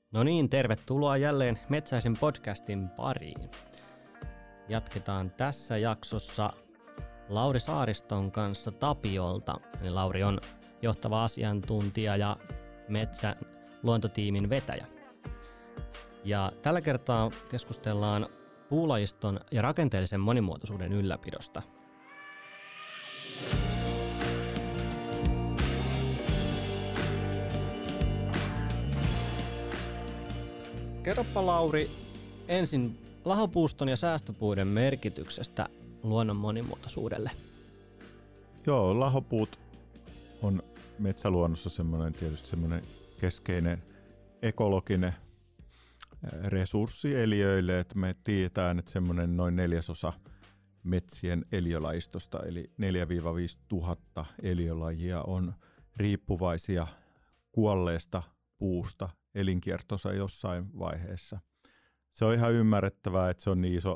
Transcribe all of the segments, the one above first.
No niin, tervetuloa jälleen Metsäisen podcastin pariin. Jatketaan tässä jaksossa Lauri Saariston kanssa Tapiolta. Eli Lauri on johtava asiantuntija ja metsän luontotiimin vetäjä. Ja tällä kertaa keskustellaan puulajiston ja rakenteellisen monimuotoisuuden ylläpidosta. Kerropa Lauri ensin lahopuuston ja säästöpuiden merkityksestä luonnon monimuotoisuudelle. Joo, lahopuut on metsäluonnossa tietysti semmoinen keskeinen ekologinen resurssi eliöille, että me tiedetään, että semmoinen noin 1/4 metsien eliölajistosta, eli 4-5 tuhatta eliölajia on riippuvaisia kuolleesta puusta elinkiertonsa jossain vaiheessa. Se on ihan ymmärrettävää, että se on niin iso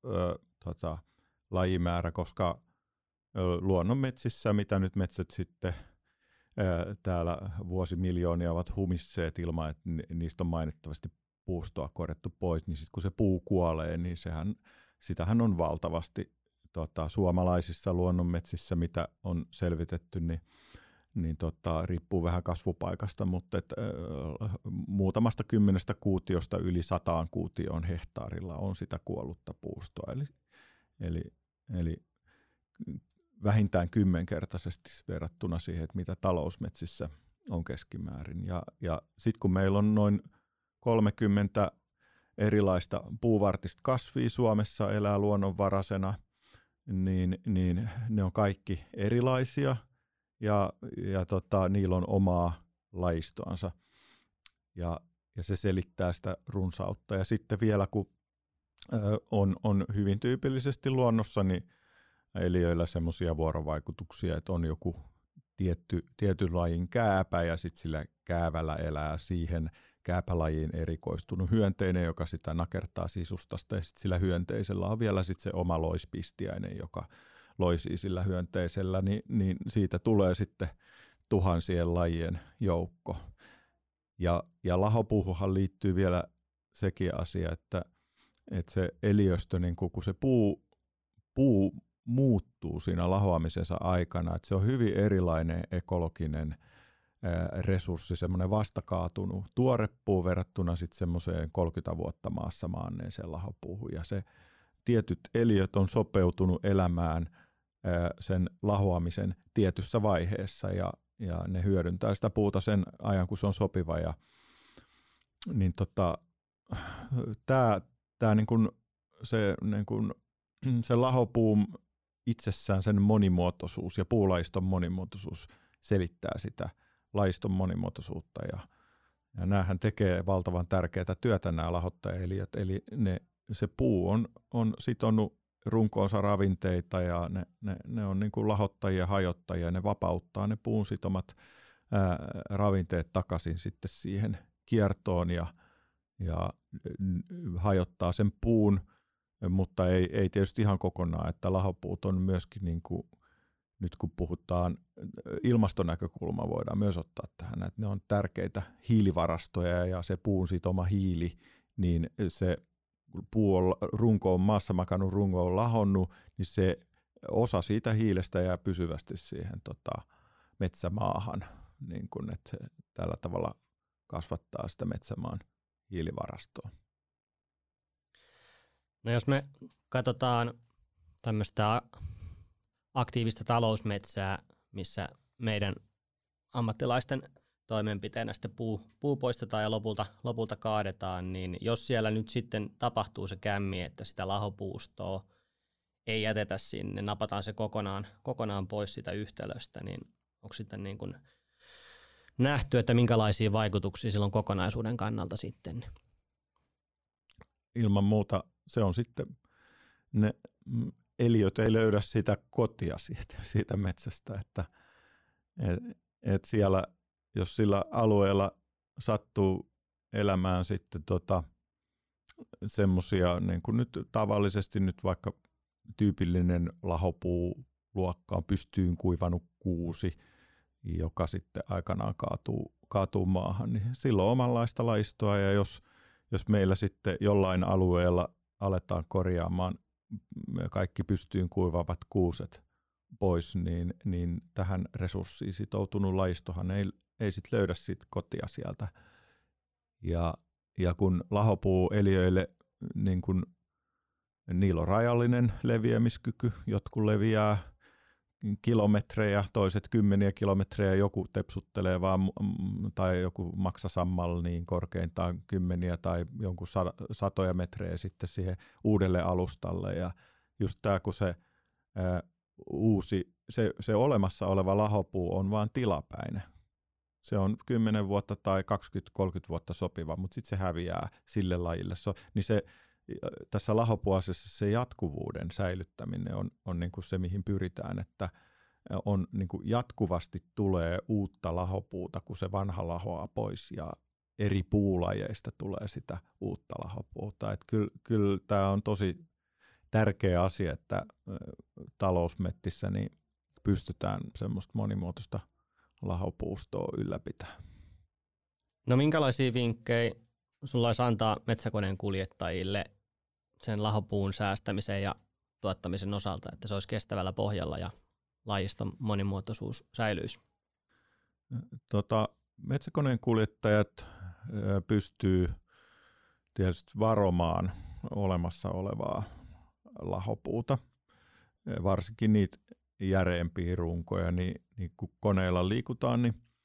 lajimäärä, koska luonnonmetsissä, mitä nyt metsät sitten täällä vuosimiljoonia ovat humisseet ilman, että niistä on mainittavasti puustoa korjattu pois, niin sitten kun se puu kuolee, niin sitähän on valtavasti suomalaisissa luonnonmetsissä, mitä on selvitetty, niin riippuu vähän kasvupaikasta, mutta muutamasta 10 kuutiosta yli 100 kuutioon hehtaarilla on sitä kuollutta puustoa, eli vähintään 10-kertaisesti verrattuna siihen, että mitä talousmetsissä on keskimäärin. Ja sitten kun meillä on noin 30 erilaista puuvartista kasvia Suomessa elää luonnonvaraisena, niin ne on kaikki erilaisia. Ja niillä on omaa lajistoansa ja se selittää sitä runsautta. Ja sitten vielä kun on hyvin tyypillisesti luonnossa, niin eliöillä semmoisia vuorovaikutuksia, että on joku tietyn lajin kääpä ja sitten sillä käävällä elää siihen kääpälajiin erikoistunut hyönteinen, joka sitä nakertaa sisustasta, ja sitten sillä hyönteisellä on vielä sitten se oma loispistiäinen, joka loisii sillä hyönteisellä, niin siitä tulee sitten tuhansien lajien joukko. Ja lahopuuhunhan liittyy vielä sekin asia, että se eliöstö, niin kun se puu muuttuu siinä lahoamisensa aikana, että se on hyvin erilainen ekologinen resurssi, semmoinen vastakaatunut tuorepuu verrattuna sitten semmoiseen 30 vuotta maassa maanneeseen lahopuuhun. Ja se tietyt eliöt on sopeutunut elämään sen lahoamisen tietyssä vaiheessa ja ne hyödyntää sitä puuta sen ajan, kun se on sopiva. Niin tää niin kun se lahopuun itsessään sen monimuotoisuus ja puulajiston monimuotoisuus selittää sitä lajiston monimuotoisuutta ja näähän tekee valtavan tärkeää työtä nämä lahottajaeliöt, eli se puu on sitonut runkoonsa ravinteita ja ne on niin kuin lahottajia, hajottajia, ne vapauttaa ne puun sitomat ravinteet takaisin sitten siihen kiertoon ja hajottaa sen puun, mutta ei tietysti ihan kokonaan, että lahopuut on myöskin niin kuin, nyt kun puhutaan ilmastonäkökulmaa voidaan myös ottaa tähän, että ne on tärkeitä hiilivarastoja ja se puun sitoma hiili, niin se runko on maassa makannut, runko on lahonnut, niin se osa siitä hiilestä jää pysyvästi siihen metsämaahan, niin kun, että se tällä tavalla kasvattaa sitä metsämaan hiilivarastoa. No jos me katsotaan tämmöistä aktiivista talousmetsää, missä meidän ammattilaisten toimenpiteenä sitten puu poistetaan ja lopulta kaadetaan, niin jos siellä nyt sitten tapahtuu se kämmi, että sitä lahopuustoa ei jätetä sinne, napataan se kokonaan pois sitä yhtälöstä, niin onko sitten niin kuin nähty, että minkälaisia vaikutuksia sillä on kokonaisuuden kannalta sitten? Ilman muuta se on sitten, ne eliöt ei löydä sitä kotia siitä metsästä, että siellä, jos sillä alueella sattuu elämään sitten semmoisia, niin kuin nyt tavallisesti nyt vaikka tyypillinen lahopuuluokka on pystyyn kuivanut kuusi, joka sitten aikanaan kaatuu maahan, niin silloin on omanlaista lajistoa, ja jos meillä sitten jollain alueella aletaan korjaamaan kaikki pystyyn kuivavat kuuset pois, niin tähän resurssiin sitoutunut lajistohan ei sit löydä sit kotia sieltä. Ja kun lahopuueliöille, niin kun niillä on rajallinen leviämiskyky, jotkut leviää kilometrejä, toiset 10 kilometrejä, joku tepsuttelee vaan, tai joku maksasammal niin korkeintaan 10 tai jonkun satoja metrejä sitten siihen uudelle alustalle. Ja just tämä, kun se olemassa oleva lahopuu on vaan tilapäinen. Se on 10 vuotta tai 20-30 vuotta sopiva, mutta sitten se häviää sille lajille. Tässä lahopuuasiassa se jatkuvuuden säilyttäminen on niin kuin se, mihin pyritään, että on niin kuin jatkuvasti tulee uutta lahopuuta, kun se vanha lahoaa pois, ja eri puulajeista tulee sitä uutta lahopuuta. Et kyllä tämä on tosi tärkeä asia, että talousmettissä niin pystytään semmoista monimuotoista lahopuustoa ylläpitämään. No minkälaisia vinkkejä sulla olisi antaa metsäkoneen kuljettajille sen lahopuun säästämisen ja tuottamisen osalta, että se olisi kestävällä pohjalla ja lajiston monimuotoisuus säilyisi? Metsäkoneen kuljettajat pystyy tietysti varomaan olemassa olevaa lahopuuta, varsinkin niitä järeempiä runkoja, niin kun koneilla liikutaan,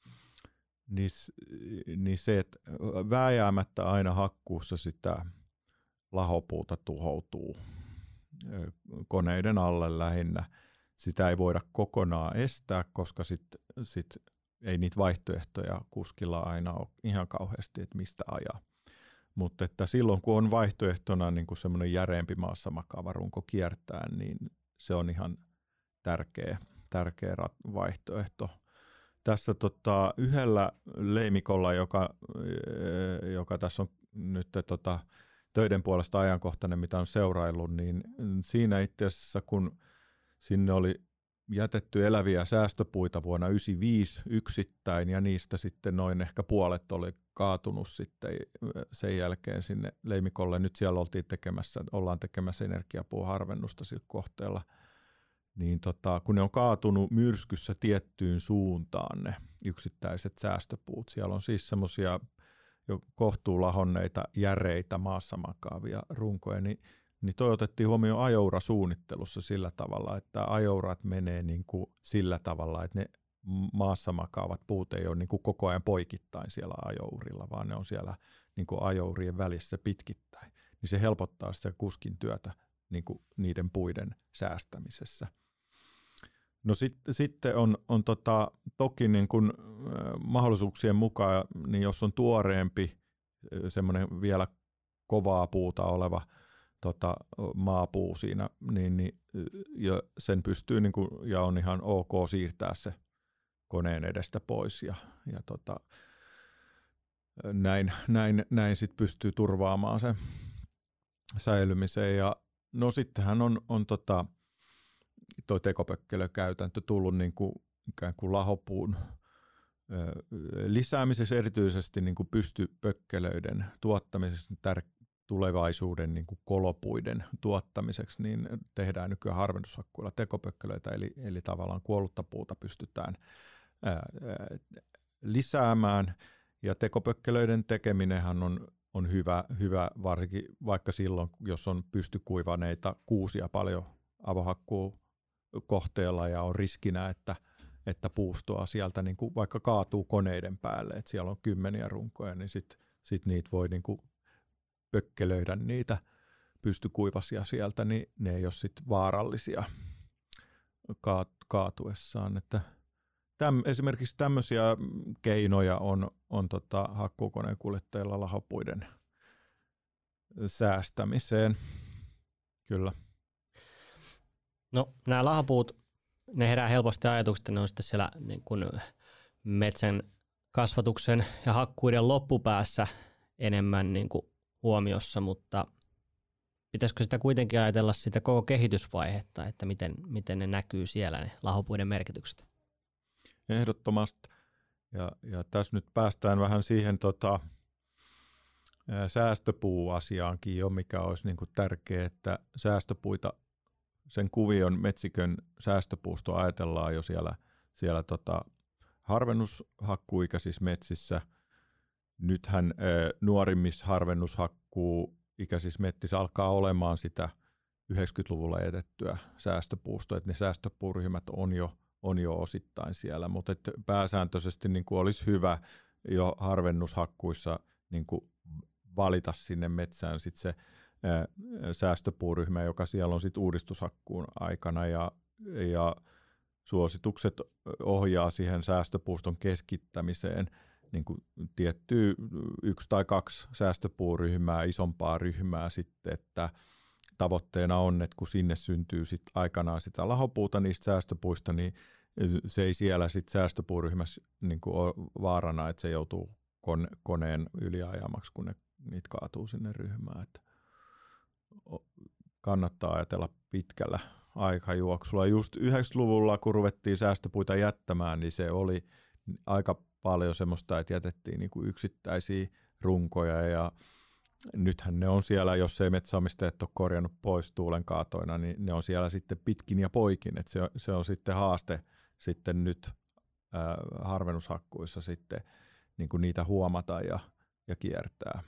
niin se, että vääjäämättä aina hakkuussa sitä lahopuuta tuhoutuu koneiden alle lähinnä. Sitä ei voida kokonaan estää, koska sit ei niitä vaihtoehtoja kuskilla aina ole ihan kauheasti, että mistä ajaa. Mutta että silloin, kun on vaihtoehtona niin kuin semmoinen järeempi maassa makaava runko kiertää, niin se on ihan tärkeä vaihtoehto. Tässä yhdellä leimikolla, joka tässä on nyt töiden puolesta ajankohtainen, mitä on seuraillut, niin siinä itse asiassa, kun sinne oli jätetty eläviä säästöpuita vuonna 1995 yksittäin, ja niistä sitten noin ehkä puolet oli kaatunut sitten sen jälkeen sinne leimikolle. Nyt siellä ollaan tekemässä energiapuuharvennusta sillä kohteella. Niin kun ne on kaatunut myrskyssä tiettyyn suuntaan ne yksittäiset säästöpuut, siellä on siis semmoisia jo kohtuulahonneita, järeitä, maassa makaavia runkoja, niin toi otettiin huomioon ajourasuunnittelussa sillä tavalla, että ajourat menee niin kuin sillä tavalla, että ne maassa makaavat puut ei ole niin kuin koko ajan poikittain siellä ajourilla, vaan ne on siellä niin kuin ajourien välissä pitkittäin. Niin se helpottaa sitä kuskin työtä niin kuin niiden puiden säästämisessä. No sitten on toki niin kuin mahdollisuuksien mukaan, niin jos on tuoreempi, semmoinen vielä kovaa puuta oleva maapuu siinä, niin sen pystyy niin kuin, ja on ihan ok siirtää se koneen edestä pois ja näin sit pystyy turvaamaan sen säilymiseen. Ja no sittenhän on tuo tekopökkelökäytäntö tullut niin kuin ikään kuin lahopuun lisäämisessä, erityisesti niin kuin pystypökkelöiden tuottamisessa, tulevaisuuden niin kuin kolopuiden tuottamiseksi, niin tehdään nykyään harvennushakkuilla tekopökkelöitä, eli tavallaan kuollutta puuta pystytään lisäämään, ja tekopökkelöiden tekeminenhän on hyvä varsinkin vaikka silloin, jos on pystykuivaneita kuusia paljon avohakkuukohteella ja on riskinä, että puustoa sieltä niin kuin vaikka kaatuu koneiden päälle, että siellä on 10 runkoja, niin sit niitä voi niin kuin pökkelöidä niitä pystykuivasia sieltä, niin ne ei ole sitten vaarallisia kaatuessaan. Että esimerkiksi tämmöisiä keinoja on hakkuukoneen kuljettajilla lahopuiden säästämiseen. Kyllä. No nämä lahopuut, ne herää helposti ajatukset, että ne on sitten siellä niin kuin metsän kasvatuksen ja hakkuiden loppupäässä enemmän niin kuin huomiossa, mutta pitäisikö sitä kuitenkin ajatella sitä koko kehitysvaihetta, että miten ne näkyy siellä, ne lahopuiden merkitykset? Ehdottomasti. Ja tässä nyt päästään vähän siihen säästöpuuasiaankin jo, mikä olisi niin kuin tärkeää, että säästöpuita, sen kuvion metsikön säästöpuusto ajatellaan jo siellä harvennushakkuikäisissä metsissä. Nythän nuorimmissa harvennushakkuikäisissä metsissä alkaa olemaan sitä 90-luvulla jätettyä säästöpuustoa, että ne säästöpuuryhmät on jo osittain siellä, mutta pääsääntöisesti niin kuin olisi hyvä jo harvennushakkuissa niin kuin valita sinne metsään sit se säästöpuuryhmä, joka siellä on sit uudistushakkuun aikana, ja suositukset ohjaa siihen säästöpuuston keskittämiseen niin kuin tiettyä 1 tai 2 säästöpuuryhmää, isompaa ryhmää sitten, että tavoitteena on, että kun sinne syntyy sit aikanaan sitä lahopuuta niistä säästöpuista, niin se ei siellä sit säästöpuuryhmässä niin kuin ole vaarana, että se joutuu koneen yliajamaksi, kun niitä kaatuu sinne ryhmään. Että kannattaa ajatella pitkällä aikajuoksulla. Just 90-luvulla, kun ruvettiin säästöpuita jättämään, niin se oli aika paljon semmoista, että jätettiin niin kuin yksittäisiä runkoja, ja nythän ne on siellä, jos ei metsäomistajat ole korjannut pois tuulenkaatoina, niin ne on siellä sitten pitkin ja poikin. Et se on sitten haaste sitten nyt harvennushakkuissa sitten niin kuin niitä huomata ja kiertää.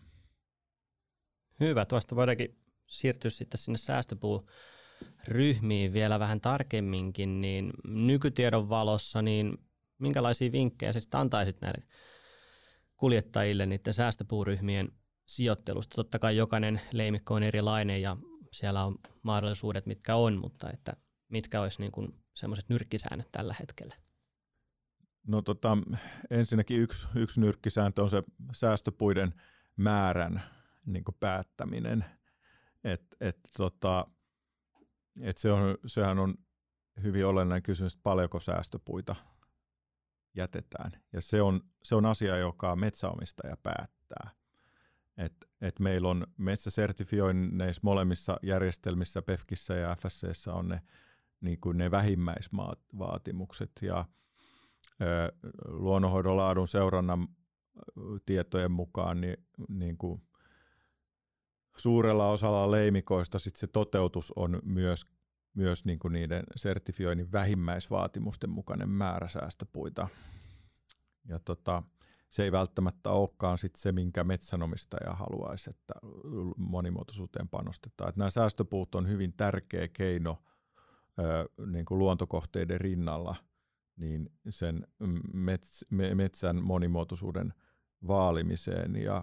Hyvä, tuosta voidaankin siirtyä sitten sinne säästöpuuryhmiin vielä vähän tarkemminkin, niin nykytiedon valossa, niin minkälaisia vinkkejä sitten antaisit näille kuljettajille niiden säästöpuuryhmien sijoittelusta? Totta kai jokainen leimikko on erilainen ja siellä on mahdollisuudet, mitkä on, mutta että mitkä olisi niin kuin semmoiset nyrkkisäännöt tällä hetkellä? No ensinnäkin yksi nyrkkisääntö on se säästöpuiden määrän niin kuin päättäminen. Sehän on hyvin olennainen kysymys, että paljonko säästöpuita jätetään. Ja se on asia, joka metsäomistaja päättää. Et meillä on metsäsertifioinneissa molemmissa järjestelmissä, PEFKissä ja FSC:ssä on ne vähimmäisvaatimukset, ja luonnonhoidon laadun seurannan tietojen mukaan niin kuin suurella osalla leimikoista sit se toteutus on myös niin kuin niiden sertifioinnin vähimmäisvaatimusten mukainen määrä säästöpuita. Ja se ei välttämättä olekaan sit se, minkä metsänomistaja haluaisi, että monimuotoisuuteen panostetaan. Että nämä säästöpuut on hyvin tärkeä keino niin kuin luontokohteiden rinnalla niin sen metsän monimuotoisuuden vaalimiseen. Ja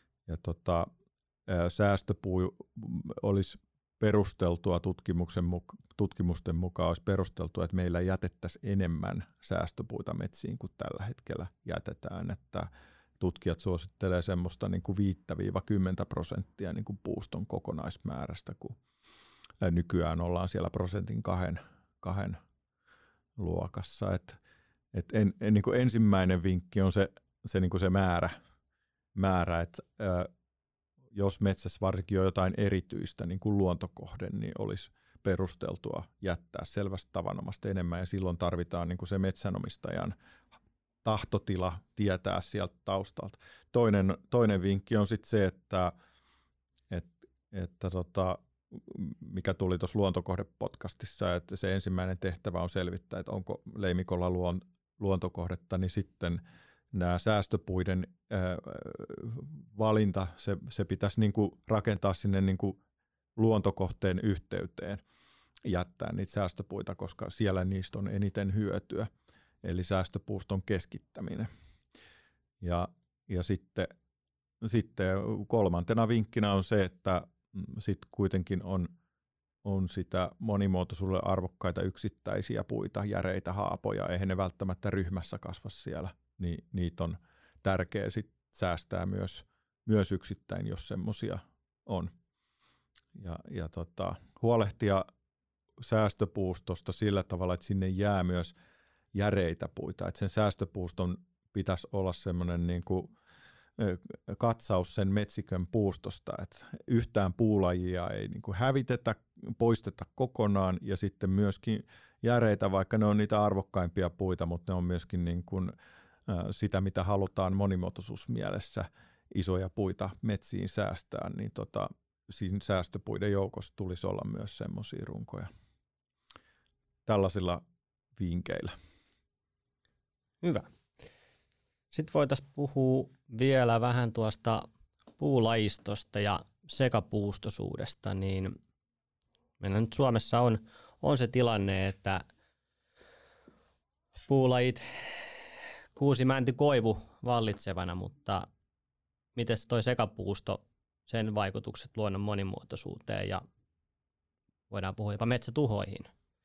säästöpuu olisi perusteltua tutkimusten mukaan olisi perusteltua, että meillä jätettäisiin enemmän säästöpuita metsiin kuin tällä hetkellä jätetään, että tutkijat suosittelee semmoista niin kuin 5-10% niin kuin puuston kokonaismäärästä, kun nykyään ollaan siellä 1-2 luokassa. Niin kuin ensimmäinen vinkki on se, niin kuin se määrä, että jos metsässä varsinkin on jotain erityistä, niin kuin luontokohde, niin olisi perusteltua jättää selvästi tavanomaista enemmän, ja silloin tarvitaan niin kuin se metsänomistajan tahtotila tietää sieltä taustalta. Toinen vinkki on sitten se, että mikä tuli tuossa luontokohdepodcastissa, että se ensimmäinen tehtävä on selvittää, että onko leimikolla luontokohdetta, niin sitten nämä säästöpuiden valinta, se pitäisi niin kuin rakentaa sinne niin kuin luontokohteen yhteyteen, jättää niitä säästöpuita, koska siellä niistä on eniten hyötyä, eli säästöpuuston keskittäminen. Ja sitten kolmantena vinkkinä on se, että sitten kuitenkin on sitä monimuotoisuudelle arvokkaita yksittäisiä puita, järeitä haapoja, eihän ne välttämättä ryhmässä kasva siellä, niin niitä on tärkeää sit säästää myös yksittäin, jos semmoisia on. Ja huolehtia säästöpuustosta sillä tavalla, että sinne jää myös järeitä puita, että sen säästöpuuston pitäisi olla semmoinen niin kuin katsaus sen metsikön puustosta, että yhtään puulajia ei niin kuin hävitetä, poisteta kokonaan, ja sitten myöskin järeitä, vaikka ne on niitä arvokkaimpia puita, mutta ne on myöskin niin kuin sitä, mitä halutaan monimuotoisuusmielessä isoja puita metsiin säästää, niin siinä säästöpuiden joukossa tulisi olla myös semmoisia runkoja. Tällaisilla vinkkeillä. Hyvä. Sitten voitaisiin puhua vielä vähän tuosta puulajistosta ja sekapuustoisuudesta, niin meillä nyt Suomessa on se tilanne, että puulajit, kuusi, mänty, koivu vallitsevana, mutta miten toi sekapuusto, sen vaikutukset luonnon monimuotoisuuteen ja voidaan puhua jopa metsätuhoihin?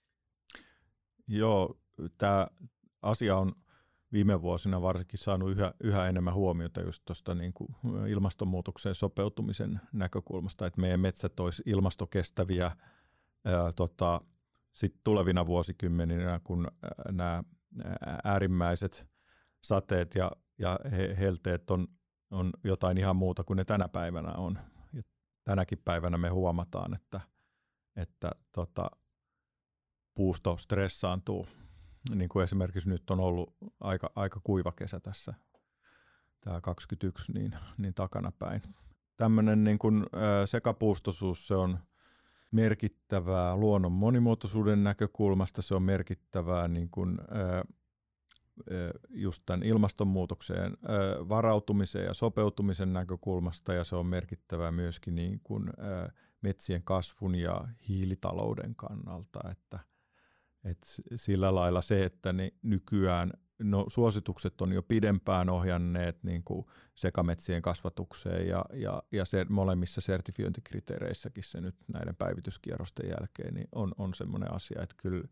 Joo, tämä asia on viime vuosina varsinkin saanut yhä enemmän huomiota just tuosta niin kuin ilmastonmuutokseen sopeutumisen näkökulmasta, että meidän metsät olisi ilmastokestäviä sit tulevina vuosikymmeninä, kun nämä äärimmäiset sateet ja helteet on jotain ihan muuta kuin ne tänä päivänä on. Ja tänäkin päivänä me huomataan, että puusto stressaantuu. Niin kuin esimerkiksi nyt on ollut aika kuiva kesä tässä, tämä 21, niin takanapäin. Tämmöinen niin kuin sekapuustoisuus, se on merkittävää luonnon monimuotoisuuden näkökulmasta, se on merkittävää niin kuin, just tämän ilmastonmuutokseen varautumisen ja sopeutumisen näkökulmasta, ja se on merkittävää myöskin niin kuin, metsien kasvun ja hiilitalouden kannalta, että sillä lailla se, että ne nykyään suositukset on jo pidempään ohjanneet niin kuin sekametsien kasvatukseen ja se molemmissa sertifiointikriteereissäkin se nyt näiden päivityskierrosten jälkeen niin on semmoinen asia, että kyllä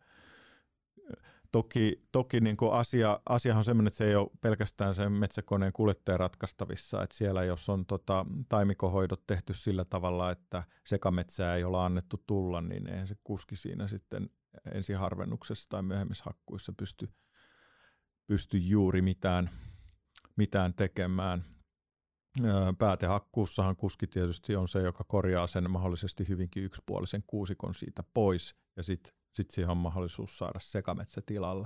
toki niin kuin asiahan on semmoinen, että se ei ole pelkästään sen metsäkoneen kuljettajan ratkaistavissa, että siellä jos on taimikohoidot tehty sillä tavalla, että sekametsää ei ole annettu tulla, niin eihän se kuski siinä sitten ensiharvennuksessa tai myöhemmissä hakkuissa pysty juuri mitään tekemään. Päätehakkuussahan kuski tietysti on se, joka korjaa sen mahdollisesti hyvinkin yksipuolisen kuusikon siitä pois, ja sitten siihen on mahdollisuus saada sekametsä tilalla.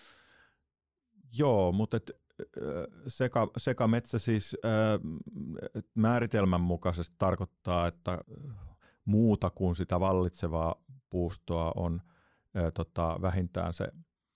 Joo, mutta sekametsä siis määritelmän mukaisesti tarkoittaa, että muuta kuin sitä vallitsevaa puustoa on vähintään se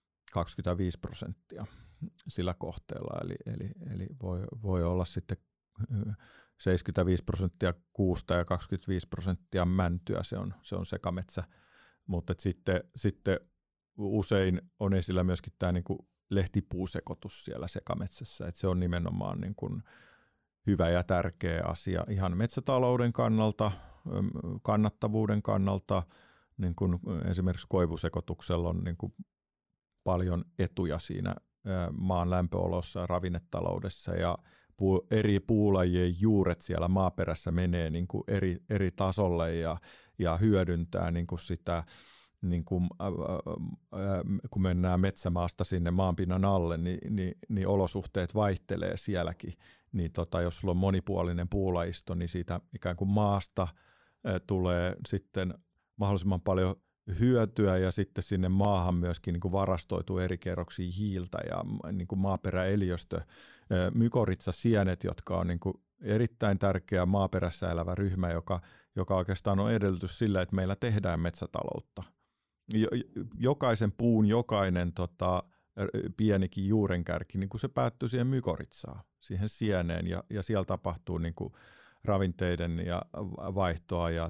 25% sillä kohteella, eli voi olla sitten 75% kuusta ja 25% mäntyä, se on sekametsä, mutta sitten usein on esillä myöskin tämä niin kuin lehtipuusekoitus siellä sekametsässä, että se on nimenomaan niin kuin hyvä ja tärkeä asia ihan metsätalouden kannalta, kannattavuuden kannalta, niin kuin esimerkiksi koivusekoituksella on niin kuin paljon etuja siinä maan lämpöolossa ja ravinnetaloudessa, ja eri puulajien juuret siellä maaperässä menee niin kuin eri tasolle ja hyödyntää niin kuin sitä, niin kuin, kun mennään metsämaasta sinne maanpinnan alle, niin olosuhteet vaihtelee sielläkin. Niin jos sulla on monipuolinen puulajisto, niin siitä ikään kuin maasta tulee sitten mahdollisimman paljon hyötyä, ja sitten sinne maahan myöskin niin kuin varastoituu eri kerroksia hiiltä ja niin kuin maaperäeliöstö, mykoritsasienet, jotka on niin kuin erittäin tärkeä maaperässä elävä ryhmä, joka oikeastaan on edellytys sillä, että meillä tehdään metsätaloutta. Jokaisen puun, jokainen pienikin juurenkärki, niin kuin se päättyy siihen mykoritsaan, siihen sieneen, ja siellä tapahtuu niin kuin ravinteiden ja vaihtoa ja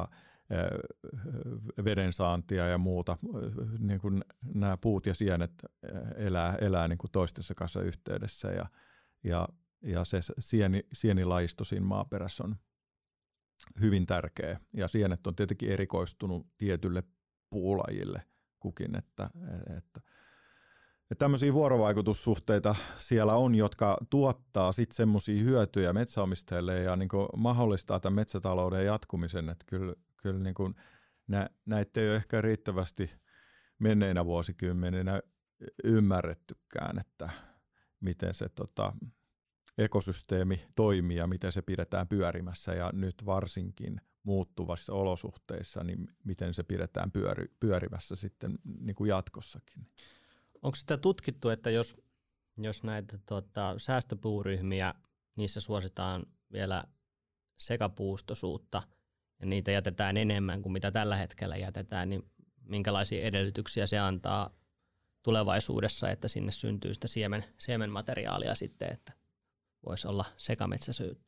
vedensaantia ja muuta, niin kuin nämä puut ja sienet elää niin kuin toistensa kanssa yhteydessä, ja se sienilajisto siinä maaperässä on hyvin tärkeä, ja sienet on tietenkin erikoistunut tietylle puulajille kukin, että tämmöisiä vuorovaikutussuhteita siellä on, jotka tuottaa sitten semmoisia hyötyjä metsäomistajille ja niin kuin mahdollistaa tämän metsätalouden jatkumisen, että kyllä niin kuin näitä ei ole ehkä riittävästi menneinä vuosikymmeninä ymmärrettykään, että miten se ekosysteemi toimii ja miten se pidetään pyörimässä, ja nyt varsinkin muuttuvassa olosuhteissa, niin miten se pidetään pyörivässä sitten niin kuin jatkossakin. Onko sitä tutkittu, että jos Jos näitä säästöpuuryhmiä, niissä suositaan vielä sekapuustoisuutta ja niitä jätetään enemmän kuin mitä tällä hetkellä jätetään, niin minkälaisia edellytyksiä se antaa tulevaisuudessa, että sinne syntyy sitä siemenmateriaalia sitten, että voisi olla sekametsäisyyttä?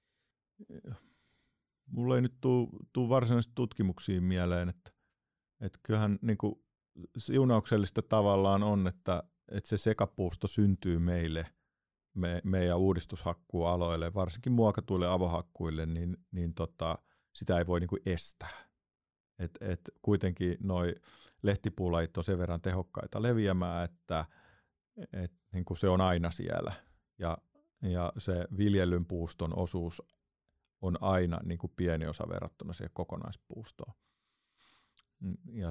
Mulla ei nyt tule varsinaisesti tutkimuksia mieleen, että kyllähän niin kuin siunauksellista tavallaan on, että se sekapuusto syntyy meille, meidän uudistushakkuualoille, varsinkin muokatuille avohakkuille, niin sitä ei voi niin kuin estää. Et kuitenkin noi lehtipuulajit on sen verran tehokkaita leviämään, että niin kuin se on aina siellä. Ja se viljellyn puuston osuus on aina niin kuin pieni osa verrattuna siihen kokonaispuustoon. Ja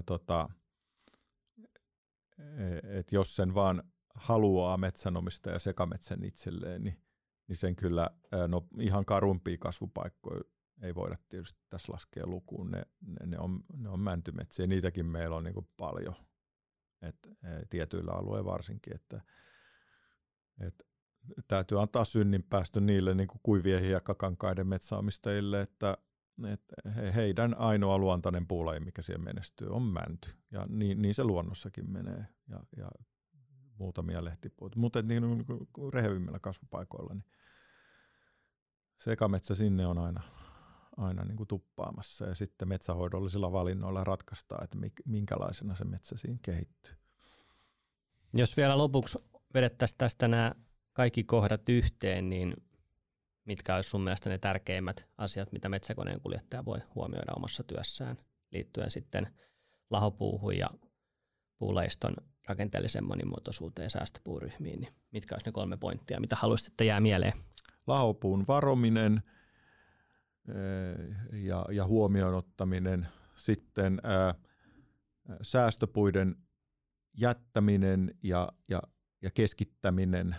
et jos sen vaan haluaa metsänomistaja sekametsän itselleen, niin sen kyllä ihan karumpia kasvupaikkoja ei voida tietysti tässä laskea lukuun. Ne on mäntymetsiä, niitäkin meillä on niin kuin paljon, tietyillä alueilla varsinkin, että täytyy antaa synninpäästö niille niin kuin kuivien hiekkakankaiden metsäomistajille, että heidän ainoa luontainen puulaji, mikä siellä menestyy, on mänty. Ja niin se luonnossakin menee. Ja muutamia lehtipuita. Mutta niin rehevimmillä kasvupaikoilla, niin sekametsä sinne on aina niin kuin tuppaamassa. Ja sitten metsähoidollisilla valinnoilla ratkaistaan, että minkälaisena se metsä siinä kehittyy. Jos vielä lopuksi vedettäisiin tästä nämä kaikki kohdat yhteen, niin mitkä olisi sun mielestä ne tärkeimmät asiat, mitä metsäkoneen kuljettaja voi huomioida omassa työssään liittyen sitten lahopuuhun ja puulajiston rakenteellisen monimuotoisuuteen ja säästöpuuryhmiin, niin mitkä olisi ne 3 pointtia, mitä haluaisit, että jää mieleen? Lahopuun varominen ja huomioon ottaminen, sitten säästöpuiden jättäminen ja keskittäminen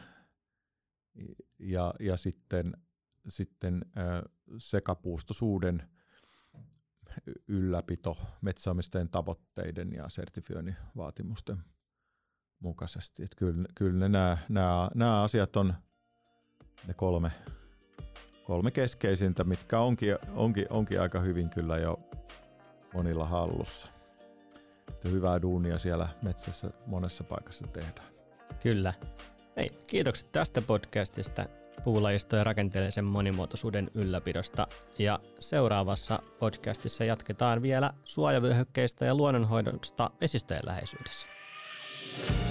ja sitten sekapuustoisuuden ylläpito metsäomistajien tavoitteiden ja sertifioinnin vaatimusten mukaisesti. Että kyllä nämä asiat on ne 3 keskeisintä, mitkä onkin aika hyvin kyllä jo monilla hallussa. Että hyvää duunia siellä metsässä monessa paikassa tehdään. Kyllä. Hei, kiitokset tästä podcastista, puulajiston ja rakenteellisen monimuotoisuuden ylläpidosta. Ja seuraavassa podcastissa jatketaan vielä suojavyöhykkeistä ja luonnonhoidosta vesistöjen läheisyydessä.